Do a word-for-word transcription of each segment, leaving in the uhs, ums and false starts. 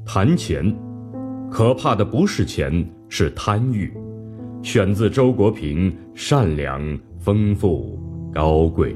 谈钱，可怕的不是钱，是贪欲。选自周国平《善良、丰富、高贵》。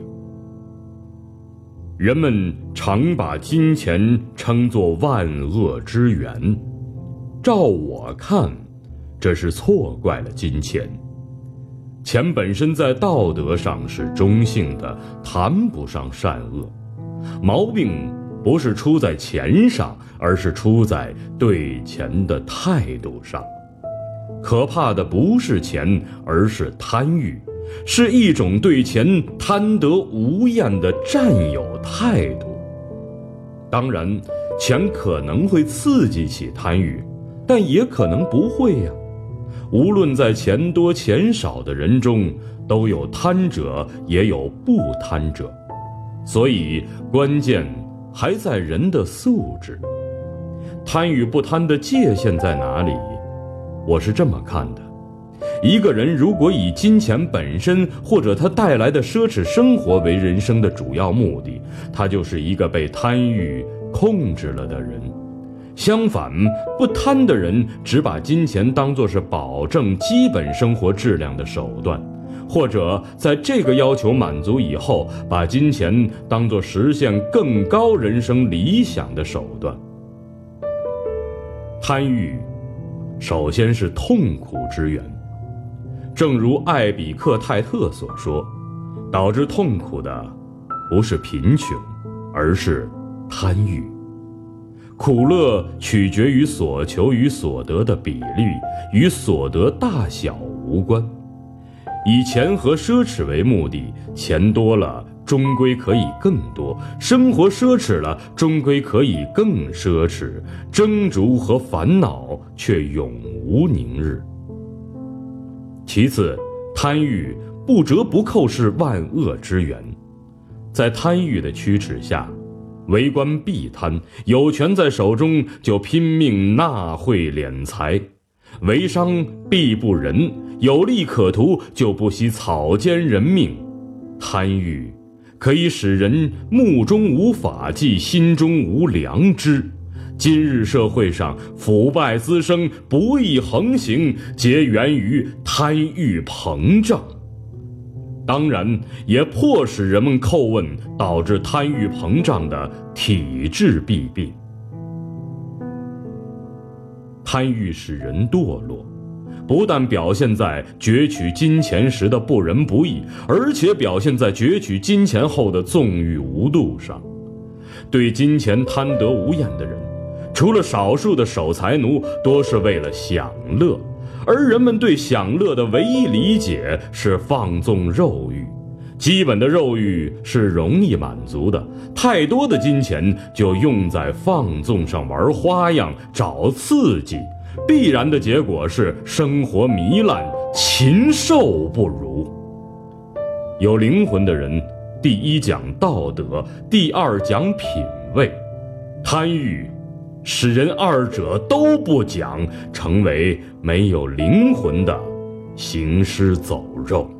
人们常把金钱称作万恶之源，照我看，这是错怪了金钱。钱本身在道德上是中性的，谈不上善恶。毛病不是出在钱上，而是出在对钱的态度上。可怕的不是钱，而是贪欲，是一种对钱贪得无厌的占有态度。当然，钱可能会刺激起贪欲，但也可能不会呀。无论在钱多钱少的人中，都有贪者，也有不贪者。所以，关键还在人的素质。贪与不贪的界限在哪里？我是这么看的，一个人如果以金钱本身或者他带来的奢侈生活为人生的主要目的，他就是一个被贪欲控制了的人。相反，不贪的人只把金钱当作是保证基本生活质量的手段，或者在这个要求满足以后，把金钱当作实现更高人生理想的手段。贪欲首先是痛苦之源，正如艾比克泰特所说，导致痛苦的不是贫穷，而是贪欲。苦乐取决于所求与所得的比率，与所得大小无关。以钱和奢侈为目的，钱多了终归可以更多，生活奢侈了终归可以更奢侈，争逐和烦恼却永无宁日。其次，贪欲不折不扣是万恶之源。在贪欲的驱使下，为官必贪，有权在手中就拼命纳贿敛财；为商必不仁，有利可图就不惜草菅人命。贪欲可以使人目中无法纪，心中无良知。今日社会上腐败滋生，不义横行，皆源于贪欲膨胀。当然，也迫使人们叩问导致贪欲膨胀的体制弊病。贪欲使人堕落，不但表现在攫取金钱时的不仁不义，而且表现在攫取金钱后的纵欲无度上。对金钱贪得无厌的人，除了少数的守财奴，多是为了享乐，而人们对享乐的唯一理解是放纵肉欲。基本的肉欲是容易满足的，太多的金钱就用在放纵上玩花样，找刺激，必然的结果是生活糜烂，禽兽不如。有灵魂的人，第一讲道德，第二讲品味。贪欲使人二者都不讲，成为没有灵魂的行尸走肉。